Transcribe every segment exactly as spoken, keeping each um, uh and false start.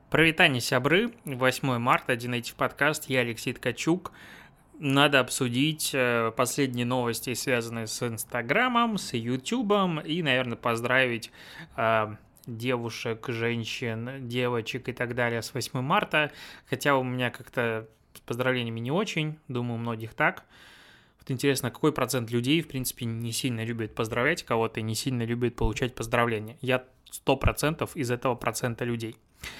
Провитание сябры, восьмое марта, один эйтив подкаст, я Алексей Ткачук. Надо обсудить э, последние новости, связанные с Инстаграмом, с Ютубом, и, наверное, поздравить э, девушек, женщин, девочек и так далее с восьмым марта, хотя у меня как-то с поздравлениями не очень, думаю, у многих так. Вот интересно, какой процент людей, в принципе, не сильно любит поздравлять кого-то и не сильно любит получать поздравления. Я сто процентов из этого процента людей.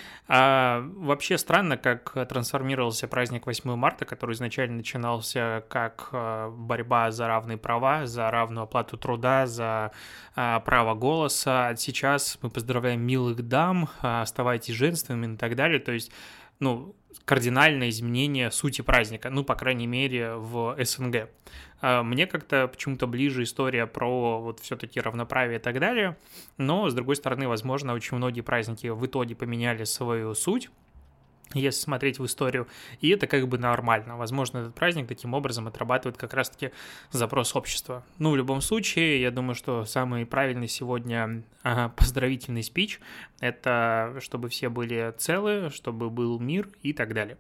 А вообще странно, как трансформировался праздник восьмое марта, который изначально начинался как борьба за равные права, за равную оплату труда, за право голоса. Сейчас мы поздравляем милых дам, оставайтесь женственными и так далее. То есть, ну, кардинальное изменение сути праздника, ну, по крайней мере, в СНГ. Мне как-то почему-то ближе история про вот все-таки равноправие и так далее, но, с другой стороны, возможно, очень многие праздники в итоге поменяли свою суть, если смотреть в историю, и это как бы нормально. Возможно, этот праздник таким образом отрабатывает как раз-таки запрос общества. Ну, в любом случае, я думаю, что самый правильный сегодня ага, поздравительный спич – это чтобы все были целы, чтобы был мир и так далее.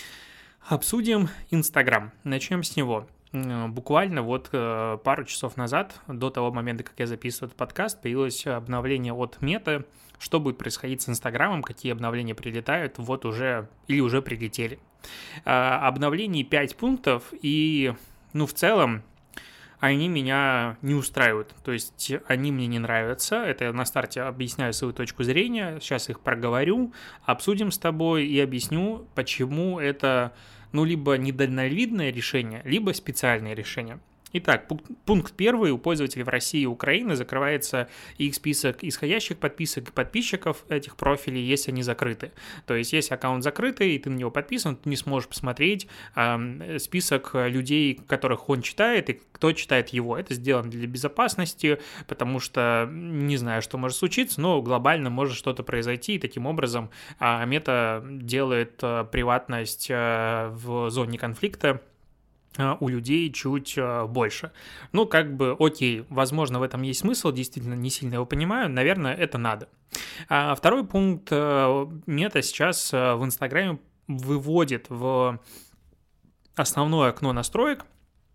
Обсудим Инстаграм. Начнем с него. Буквально вот пару часов назад, до того момента, как я записываю этот подкаст, появилось обновление от Меты. Что будет происходить с Инстаграмом, какие обновления прилетают, вот уже или уже прилетели. Обновлений пять пунктов, и, ну, в целом, они меня не устраивают, то есть они мне не нравятся, это я на старте объясняю свою точку зрения, сейчас их проговорю, обсудим с тобой и объясню, почему это, ну, либо недальновидное решение, либо специальное решение. Итак, пункт первый. У пользователей в России и Украине закрывается их список исходящих подписок и подписчиков этих профилей, если они закрыты. То есть, если аккаунт закрытый, и ты на него подписан, ты не сможешь посмотреть э, список людей, которых он читает, и кто читает его. Это сделано для безопасности, потому что не знаю, что может случиться, но глобально может что-то произойти, и таким образом э, Мета делает э, приватность э, в зоне конфликта у людей чуть больше. Ну, как бы, окей, возможно, в этом есть смысл, действительно, не сильно его понимаю, наверное, это надо. А второй пункт. Мета сейчас в Инстаграме выводит в основное окно настроек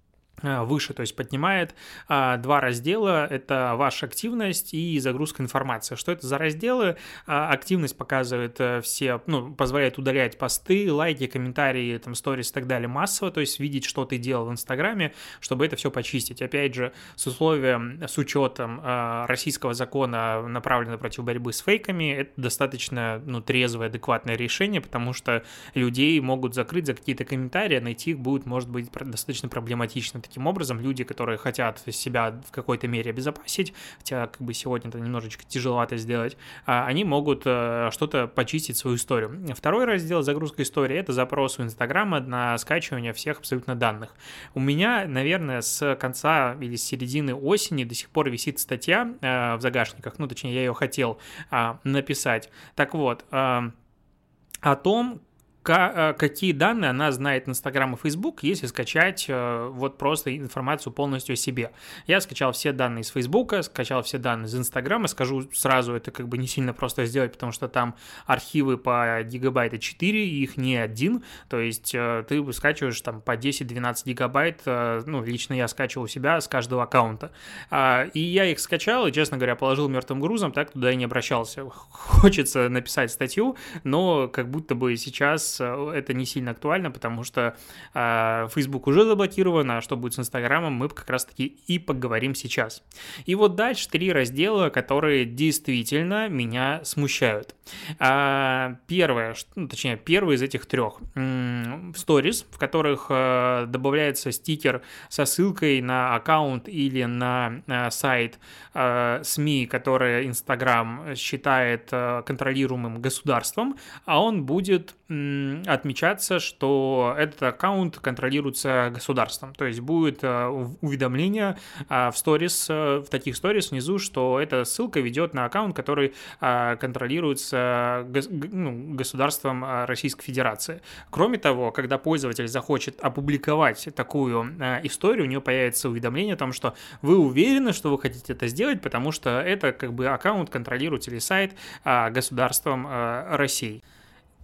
выше, то есть поднимает а, два раздела, это ваша активность и загрузка информации. Что это за разделы? А, активность показывает а, все, ну, позволяет удалять посты, лайки, комментарии, там, сторис и так далее массово, то есть видеть, что ты делал в Инстаграме, чтобы это все почистить. Опять же, с условием, с учетом а, российского закона, направленного против борьбы с фейками, это достаточно, ну, трезвое, адекватное решение, потому что людей могут закрыть за какие-то комментарии, а найти их будет, может быть, достаточно проблематично. Таким образом, люди, которые хотят себя в какой-то мере обезопасить, хотя как бы сегодня это немножечко тяжеловато сделать, они могут что-то почистить свою историю. Второй раздел загрузка истории – это запрос у Инстаграма на скачивание всех абсолютно данных. У меня, наверное, с конца или с середины осени до сих пор висит статья в загашниках, ну, точнее, я ее хотел написать. Так вот, о том, какие данные она знает Инстаграм и Фейсбук, если скачать э, вот просто информацию полностью о себе. Я скачал все данные из Фейсбука, скачал все данные из Инстаграма, скажу сразу, это как бы не сильно просто сделать, потому что там архивы по гигабайта четыре, и их не один, то есть э, ты скачиваешь там по десять-двенадцать гигабайт, э, ну, лично я скачивал у себя с каждого аккаунта. А, и я их скачал, и, честно говоря, положил мертвым грузом, так туда и не обращался. Хочется написать статью, но как будто бы сейчас это не сильно актуально, потому что э, Facebook уже заблокирован, а что будет с Инстаграмом, мы как раз-таки и поговорим сейчас. И вот дальше три раздела, которые действительно меня смущают. А, первое, ну, точнее, первый из этих трех. Stories, в которых э, добавляется стикер со ссылкой на аккаунт или на э, сайт э, СМИ, которые Инстаграм считает э, контролируемым государством, а он будет м, отмечаться, что этот аккаунт контролируется государством. То есть будет уведомление в сторис, в таких сторис внизу, что эта ссылка ведет на аккаунт, который контролируется государством Российской Федерации. Кроме того, когда пользователь захочет опубликовать такую историю, у него появится уведомление о том, что вы уверены, что вы хотите это сделать, потому что это как бы аккаунт контролируется или сайт государством России.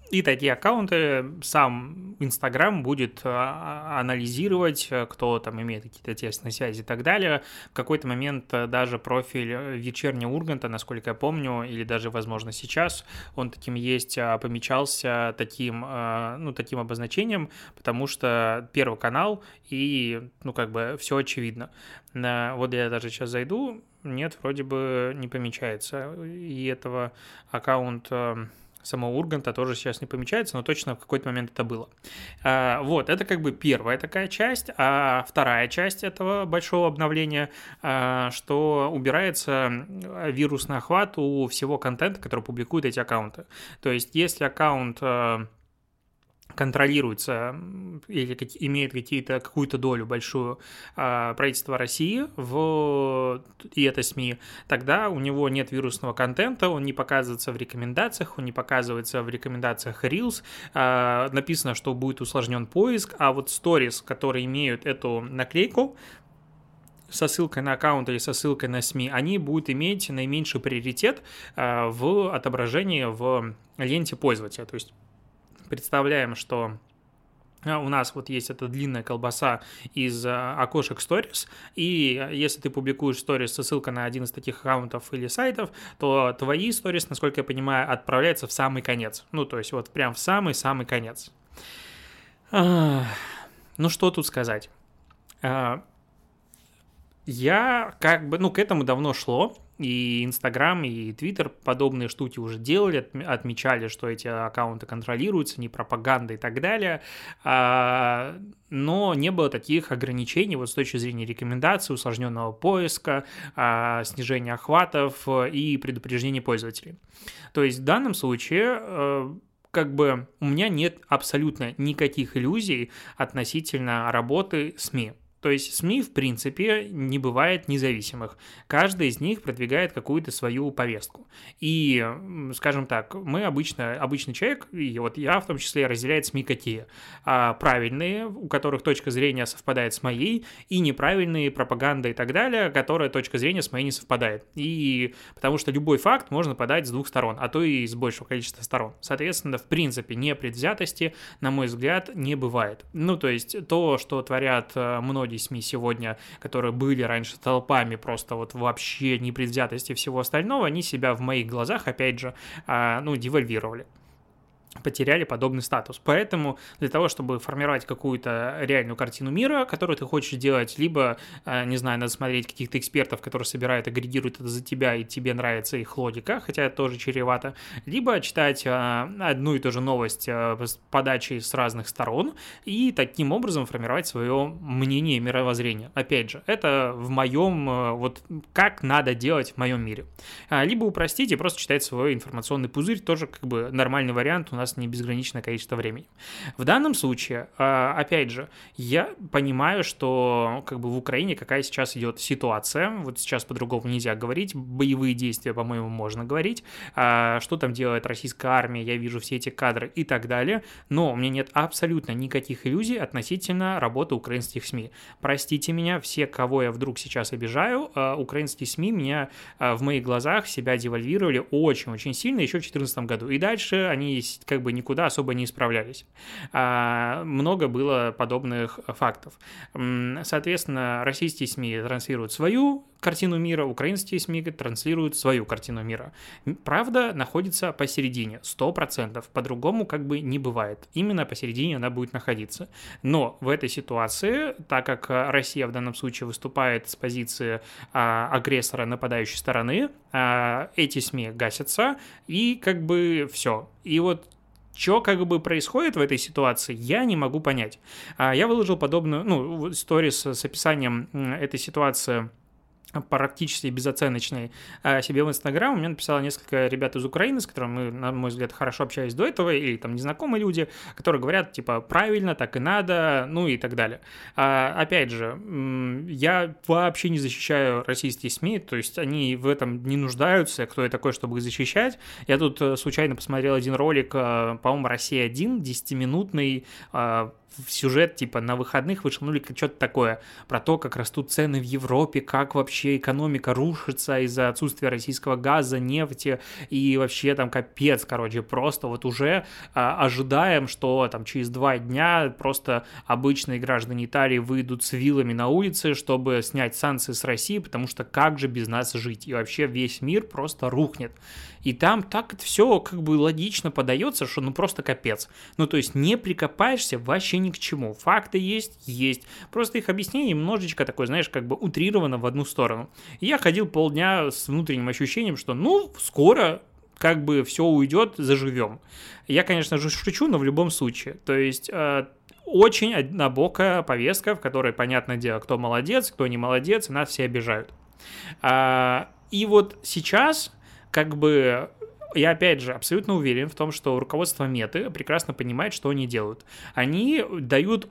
И такие аккаунты сам Инстаграм будет а, анализировать, кто там имеет какие-то тесные связи и так далее. В какой-то момент даже профиль «Вечернего Урганта», насколько я помню, или даже, возможно, сейчас он таким есть, помечался таким, ну, таким обозначением, потому что Первый канал, и, ну, как бы все очевидно. Вот я даже сейчас зайду, нет, вроде бы не помечается, и этого аккаунта самого Урганта тоже сейчас не помечается, но точно в какой-то момент это было. А, вот, это как бы первая такая часть, а вторая часть этого большого обновления, а, что убирается вирусный охват у всего контента, который публикуют эти аккаунты. То есть, если аккаунт контролируется или имеет какие-то, какую-то долю большую э, правительства России в, и это СМИ, тогда у него нет вирусного контента, он не показывается в рекомендациях, он не показывается в рекомендациях Reels, э, написано, что будет усложнен поиск, а вот Stories, которые имеют эту наклейку со ссылкой на аккаунт или со ссылкой на СМИ, они будут иметь наименьший приоритет э, в отображении в ленте пользователя, то есть представляем, что у нас вот есть эта длинная колбаса из окошек Stories, и если ты публикуешь Stories со ссылкой на один из таких аккаунтов или сайтов, то твои Stories, насколько я понимаю, отправляются в самый конец. Ну, то есть вот прям в самый-самый конец. Ну, что тут сказать? Я как бы, ну, к этому давно шло, и Инстаграм, и Твиттер подобные штуки уже делали, отмечали, что эти аккаунты контролируются, не пропаганда и так далее, но не было таких ограничений вот с точки зрения рекомендаций, усложненного поиска, снижения охватов и предупреждения пользователей. То есть в данном случае как бы у меня нет абсолютно никаких иллюзий относительно работы СМИ. То есть СМИ, в принципе, не бывает независимых. Каждый из них продвигает какую-то свою повестку. И, скажем так, мы обычно, обычный человек, и вот я в том числе, разделяет СМИ какие? А, правильные, у которых точка зрения совпадает с моей, и неправильные, пропаганда и так далее, которая точка зрения с моей не совпадает. И потому что любой факт можно подать с двух сторон, а то и с большего количества сторон. Соответственно, в принципе, непредвзятости, на мой взгляд, не бывает. Ну, то есть то, что творят многие СМИ сегодня, которые были раньше толпами просто вот вообще непредвзятости и всего остального, они себя в моих глазах, опять же, ну, девальвировали. Потеряли подобный статус. Поэтому для того, чтобы формировать какую-то реальную картину мира, которую ты хочешь делать, либо, не знаю, надо смотреть каких-то экспертов, которые собирают, агрегируют это за тебя, и тебе нравится их логика, хотя это тоже чревато, либо читать одну и ту же новость с подачей с разных сторон и таким образом формировать свое мнение и мировоззрение. Опять же, это в моем, вот как надо делать в моем мире. Либо упростить и просто читать свой информационный пузырь, тоже как бы нормальный вариант, у нас не безграничное количество времени. В данном случае, опять же, я понимаю, что как бы в Украине какая сейчас идет ситуация, вот сейчас по-другому нельзя говорить, боевые действия, по-моему, можно говорить, что там делает российская армия, я вижу все эти кадры и так далее, но у меня нет абсолютно никаких иллюзий относительно работы украинских СМИ. Простите меня, все, кого я вдруг сейчас обижаю, украинские СМИ меня в моих глазах себя девальвировали очень-очень сильно еще в две тысячи четырнадцатом году, и дальше они как бы никуда особо не исправлялись. А, много было подобных фактов. Соответственно, российские СМИ транслируют свою картину мира, украинские СМИ транслируют свою картину мира. Правда находится посередине, сто процентов. По-другому как бы не бывает. Именно посередине она будет находиться. Но в этой ситуации, так как Россия в данном случае выступает с позиции а, агрессора нападающей стороны, а, эти СМИ гасятся, и как бы все. И вот что как бы происходит в этой ситуации, я не могу понять. Я выложил подобную, ну, сторис с описанием этой ситуации практически безоценочной себе в Инстаграм. Мне написало несколько ребят из Украины, с которыми мы, на мой взгляд, хорошо общались до этого, или там незнакомые люди, которые говорят, типа, правильно, так и надо, ну и так далее. А, опять же, я вообще не защищаю российские СМИ, то есть они в этом не нуждаются, кто я такой, чтобы их защищать. Я тут случайно посмотрел один ролик, по-моему, «Россия один», десятиминутный, в сюжет, типа, на выходных вышел, что-то такое, про то, как растут цены в Европе, как вообще экономика рушится из-за отсутствия российского газа, нефти, и вообще там капец, короче, просто вот уже а, ожидаем, что там через два дня просто обычные граждане Италии выйдут с вилами на улицы, чтобы снять санкции с России, потому что как же без нас жить, и вообще весь мир просто рухнет. И там так это все как бы логично подается, что ну просто капец. Ну то есть не прикопаешься вообще ни к чему. Факты есть, есть. Просто их объяснение немножечко такое, знаешь, как бы утрировано в одну сторону. И я ходил полдня с внутренним ощущением, что ну скоро как бы все уйдет, заживем. Я, конечно же, шучу, но в любом случае. То есть э, очень однобокая повестка, в которой, понятное дело, кто молодец, кто не молодец, и нас все обижают. А, и вот сейчас как бы я, опять же, абсолютно уверен в том, что руководство Меты прекрасно понимает, что они делают. Они дают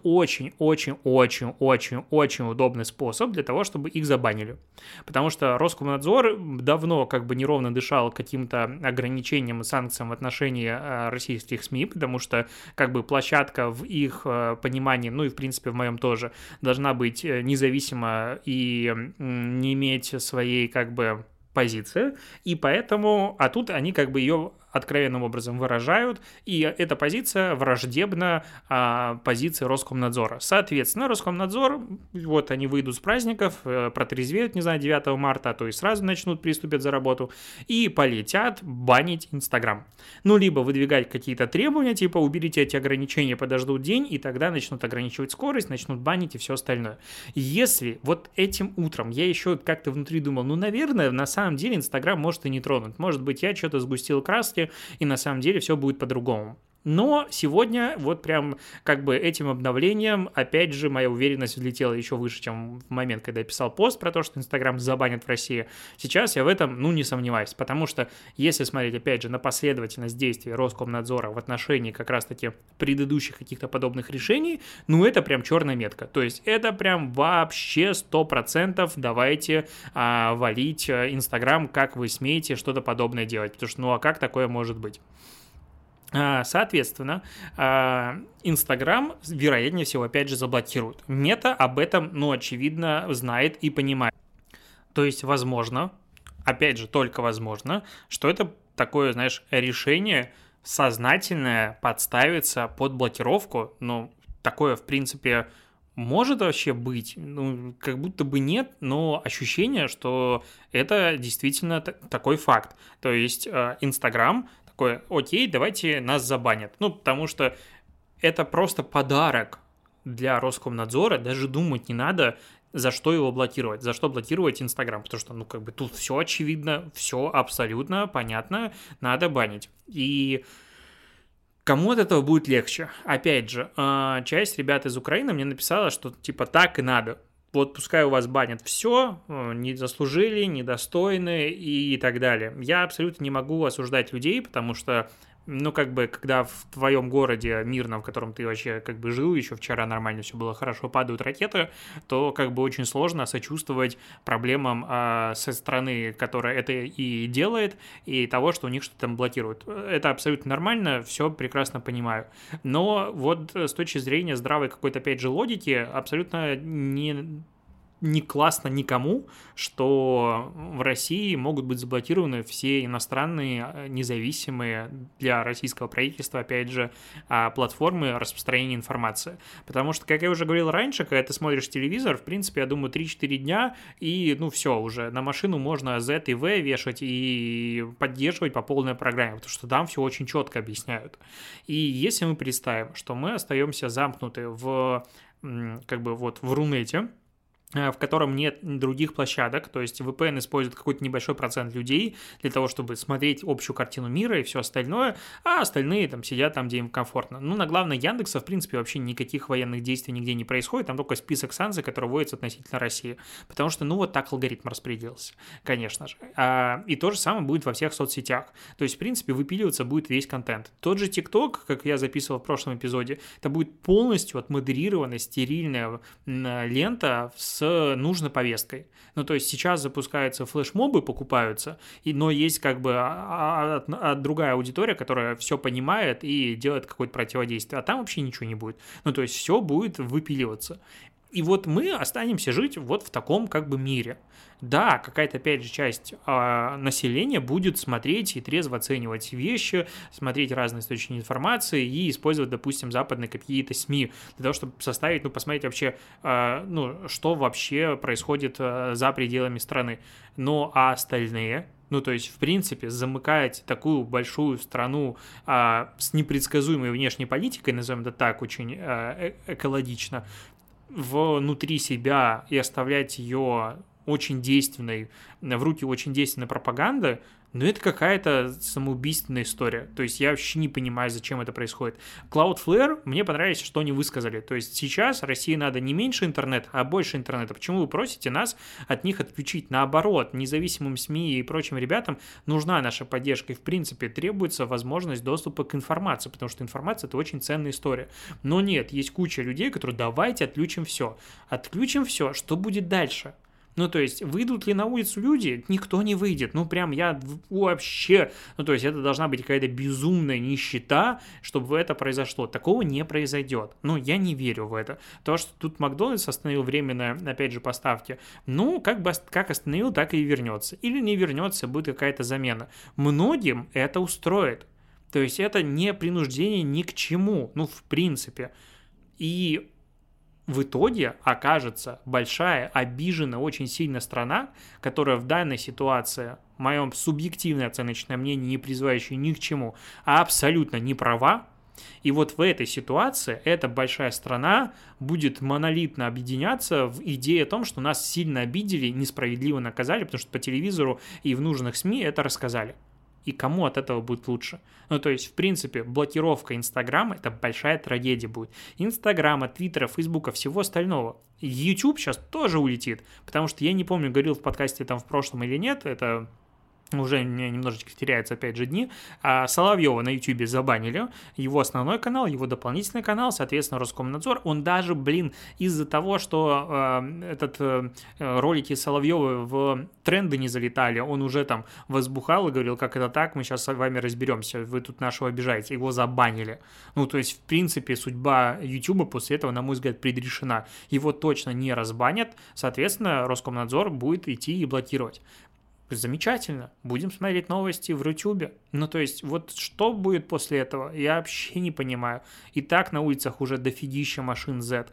очень-очень-очень-очень-очень удобный способ для того, чтобы их забанили. Потому что Роскомнадзор давно как бы неровно дышал каким-то ограничением и санкциям в отношении российских СМИ, потому что как бы площадка в их понимании, ну и в принципе в моем тоже, должна быть независима и не иметь своей как бы позиция, и поэтому, а тут они как бы ее откровенным образом выражают, и эта позиция враждебна а, позиции Роскомнадзора. Соответственно, Роскомнадзор, вот они выйдут с праздников, протрезвеют, не знаю, девятого марта, а то и сразу начнут, приступят за работу, и полетят банить Инстаграм. Ну, либо выдвигать какие-то требования, типа уберите эти ограничения, подождут день, и тогда начнут ограничивать скорость, начнут банить и все остальное. Если вот этим утром я еще как-то внутри думал, ну, наверное, на самом деле Инстаграм может и не тронуть. Может быть, я что-то сгустил краски, и на самом деле все будет по-другому. Но сегодня вот прям как бы этим обновлением, опять же, моя уверенность взлетела еще выше, чем в момент, когда я писал пост про то, что Инстаграм забанят в России. Сейчас я в этом, ну, не сомневаюсь, потому что если смотреть, опять же, на последовательность действий Роскомнадзора в отношении как раз-таки предыдущих каких-то подобных решений, ну, это прям черная метка. То есть это прям вообще сто процентов давайте а, валить Инстаграм, как вы смеете что-то подобное делать, потому что, ну, а как такое может быть? Соответственно, Инстаграм, вероятнее всего, опять же, заблокируют. Мета об этом, ну, очевидно, знает и понимает. То есть, возможно, опять же, только возможно, что это такое, знаешь, решение сознательное подставиться под блокировку. Ну, такое, в принципе, может вообще быть, ну, как будто бы нет, но ощущение, что это действительно т- такой факт. То есть, Инстаграм такой, окей, давайте нас забанят. Ну, потому что это просто подарок для Роскомнадзора, даже думать не надо, за что его блокировать, за что блокировать Инстаграм, потому что, ну, как бы тут все очевидно, все абсолютно понятно, надо банить. И кому от этого будет легче? Опять же, часть ребят из Украины мне написала, что типа так и надо. Вот пускай у вас банят все, не заслужили, недостойны и так далее. Я абсолютно не могу осуждать людей, потому что, ну, как бы, когда в твоем городе мирном, в котором ты вообще как бы жил, еще вчера нормально все было хорошо, падают ракеты, то как бы очень сложно сочувствовать проблемам э, со стороны, которая это и делает, и того, что у них что-то там блокируют. Это абсолютно нормально, все прекрасно понимаю. Но вот с точки зрения здравой какой-то, опять же, логики, абсолютно не... не классно никому, что в России могут быть заблокированы все иностранные, независимые для российского правительства, опять же, платформы распространения информации. Потому что, как я уже говорил раньше, когда ты смотришь телевизор, в принципе, я думаю, три-четыре дня, и, ну, все, уже на машину можно Z и V вешать и поддерживать по полной программе, потому что там все очень четко объясняют. И если мы представим, что мы остаемся замкнуты в, как бы, вот, в Рунете, в котором нет других площадок, то есть ви пи эн использует какой-то небольшой процент людей для того, чтобы смотреть общую картину мира и все остальное, а остальные там сидят там, где им комфортно. Ну, на главной Яндекса, в принципе, вообще никаких военных действий нигде не происходит, там только список санкций, который вводится относительно России, потому что, ну, вот так алгоритм распределился, конечно же. А, и то же самое будет во всех соцсетях, то есть, в принципе, выпиливаться будет весь контент. Тот же TikTok, как я записывал в прошлом эпизоде, это будет полностью отмодерированная, стерильная лента с с нужной повесткой. Ну, то есть сейчас запускаются флешмобы, покупаются, и, но есть как бы а, а, а, другая аудитория, которая все понимает и делает какое-то противодействие, а там вообще ничего не будет. Ну, то есть все будет выпиливаться. И вот мы останемся жить вот в таком как бы мире. Да, какая-то, опять же, часть э, населения будет смотреть и трезво оценивать вещи, смотреть разные источники информации и использовать, допустим, западные какие-то СМИ для того, чтобы составить, ну, посмотреть вообще, э, ну, что вообще происходит э, за пределами страны. Ну, а остальные... Ну, то есть, в принципе, замыкать такую большую страну а, с непредсказуемой внешней политикой, назовем это так, очень а, экологично, внутри себя и оставлять ее очень действенной, в руки очень действенной пропаганды, но это какая-то самоубийственная история. То есть я вообще не понимаю, зачем это происходит. Cloudflare, мне понравилось, что они высказали. То есть сейчас России надо не меньше интернета, а больше интернета. Почему вы просите нас от них отключить? Наоборот, независимым СМИ и прочим ребятам нужна наша поддержка. И в принципе требуется возможность доступа к информации, потому что информация – это очень ценная история. Но нет, есть куча людей, которые давайте отключим все. Отключим все, что будет дальше? Ну, то есть, выйдут ли на улицу люди? Никто не выйдет. Ну, прям я вообще... Ну, то есть, это должна быть какая-то безумная нищета, чтобы это произошло. Такого не произойдет. Ну, я не верю в это. То, что тут Макдональдс остановил временно, опять же, поставки, ну, как бы как остановил, так и вернется. Или не вернется, будет какая-то замена. Многим это устроит. То есть, это не принуждение ни к чему. Ну, в принципе. И... в итоге окажется большая, обиженная очень сильно страна, которая в данной ситуации, в моем субъективное оценочное мнение, не призывающее ни к чему, а абсолютно не права. И вот в этой ситуации эта большая страна будет монолитно объединяться в идее о том, что нас сильно обидели, несправедливо наказали, потому что по телевизору и в нужных СМИ это рассказали. И кому от этого будет лучше? Ну, то есть, в принципе, блокировка Инстаграма – это большая трагедия будет. Инстаграма, Твиттера, Фейсбука, всего остального. YouTube сейчас тоже улетит, потому что я не помню, говорил в подкасте там в прошлом или нет, это... уже немножечко теряются, опять же, дни, а Соловьева на Ютубе забанили, его основной канал, его дополнительный канал, соответственно, Роскомнадзор, он даже, блин, из-за того, что э, этот э, ролики Соловьева в тренды не залетали, он уже там возбухал и говорил, как это так, мы сейчас с вами разберемся, вы тут нашего обижаете, его забанили. Ну, то есть, в принципе, судьба Ютуба после этого, на мой взгляд, предрешена. Его точно не разбанят, соответственно, Роскомнадзор будет идти и блокировать. Замечательно, будем смотреть новости в Рутюбе. Ну, то есть, вот что будет после этого, я вообще не понимаю. И так на улицах уже дофигища машин Z.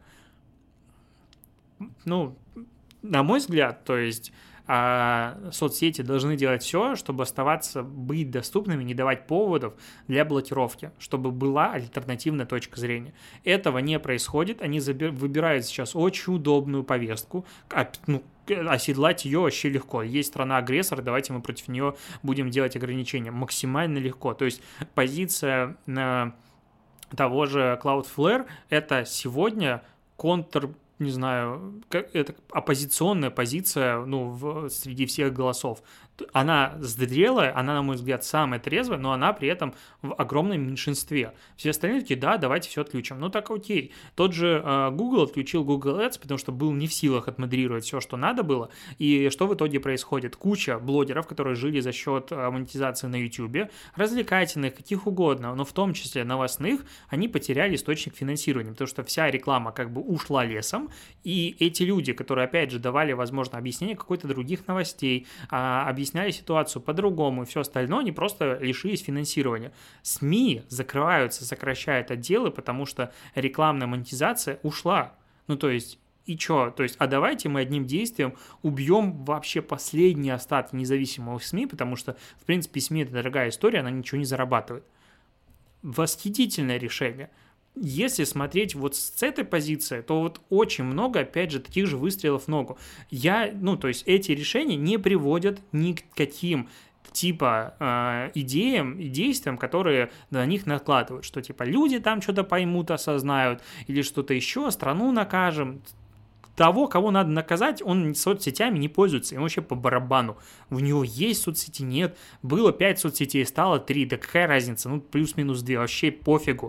Ну, на мой взгляд, то есть, а соцсети должны делать все, чтобы оставаться, быть доступными, не давать поводов для блокировки, чтобы была альтернативная точка зрения. Этого не происходит, они заби- выбирают сейчас очень удобную повестку, ну, оседлать ее вообще легко. Есть страна-агрессор, давайте мы против нее будем делать ограничения. Максимально легко. То есть позиция э, того же Cloudflare – это сегодня контр, не знаю, это оппозиционная позиция, ну, в, среди всех голосов. Она зрелая, она, на мой взгляд, самая трезвая, но она при этом в огромном меньшинстве. Все остальные такие, да, давайте все отключим. Ну так окей. Тот же э, Google отключил Google Ads, потому что был не в силах отмодрировать все, что надо было. И что в итоге происходит? Куча блогеров, которые жили за счет э, монетизации на YouTube, развлекательных, каких угодно, но в том числе новостных, они потеряли источник финансирования, потому что вся реклама как бы ушла лесом, и эти люди, которые, опять же, давали, возможно, объяснение какой-то других новостей, э, объясняли сняли ситуацию по-другому и все остальное, они просто лишились финансирования. СМИ закрываются, сокращают отделы, потому что рекламная монетизация ушла. Ну, то есть, и чё? То есть, а давайте мы одним действием убьем вообще последние остатки независимых СМИ, потому что, в принципе, СМИ – это дорогая история, она ничего не зарабатывает. Восхитительное решение. Если смотреть вот с этой позиции, то вот очень много, опять же, таких же выстрелов в ногу. Я, ну, то есть эти решения не приводят ни к каким типа э, идеям и действиям, которые на них накладывают, что типа люди там что-то поймут, осознают, или что-то еще, страну накажем. Того, кого надо наказать, он соцсетями не пользуется, ему вообще по барабану. У него есть соцсети, нет. Было пять соцсетей, стало три, да какая разница, ну плюс-минус две, вообще пофигу.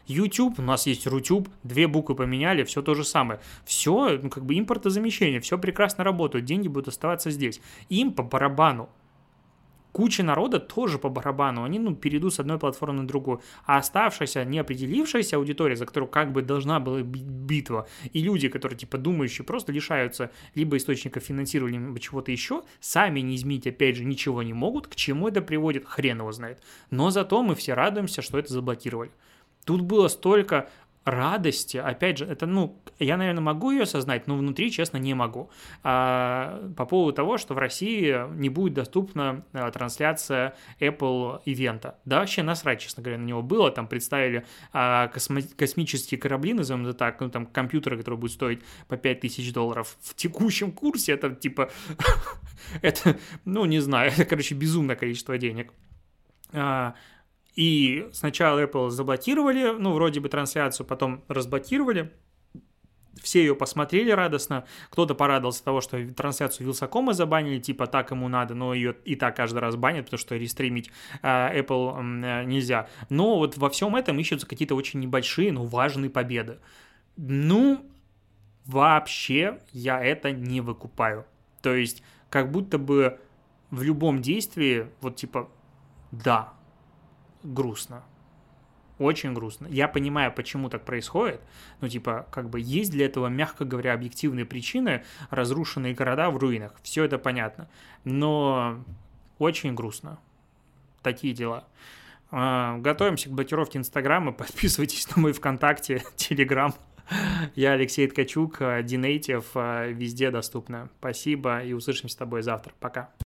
YouTube, у нас есть Рутюб, две буквы поменяли, все то же самое. Все, ну, как бы импортозамещение, все прекрасно работает, деньги будут оставаться здесь. Им по барабану. Куча народа тоже по барабану, они, ну, перейдут с одной платформы на другую, а оставшаяся, неопределившаяся аудитория, за которую как бы должна была быть битва, и люди, которые, типа, думающие, просто лишаются либо источников финансирования, либо чего-то еще, сами не изменить, опять же, ничего не могут, к чему это приводит, хрен его знает. Но зато мы все радуемся, что это заблокировали. Тут было столько радости, опять же, это, ну, я, наверное, могу ее осознать, но внутри, честно, не могу. А, по поводу того, что в России не будет доступна а, трансляция Apple ивента. Да, вообще насрать, честно говоря, на него было. Там представили а, космо- космические корабли, назовем это так, ну, там, компьютеры, которые будут стоить по пять тысяч долларов. В текущем курсе это, типа, это, ну, не знаю, это, короче, безумное количество денег. И сначала Apple заблокировали, ну, вроде бы трансляцию, потом разблокировали. Все ее посмотрели радостно. Кто-то порадовался того, что трансляцию Вилсакома забанили, типа так ему надо, но ее и так каждый раз банят, потому что рестримить э, Apple э, нельзя. Но вот во всем этом ищутся какие-то очень небольшие, но важные победы. Ну, вообще я это не выкупаю. То есть, как будто бы в любом действии, вот типа, да, грустно. Очень грустно. Я понимаю, почему так происходит. Ну, типа, как бы есть для этого, мягко говоря, объективные причины. Разрушенные города в руинах. Все это понятно. Но очень грустно. Такие дела. Готовимся к блокировке Инстаграма. Подписывайтесь на мой ВКонтакте, Телеграм. Я Алексей Ткачук, Динейтив, везде доступно. Спасибо и услышимся с тобой завтра. Пока.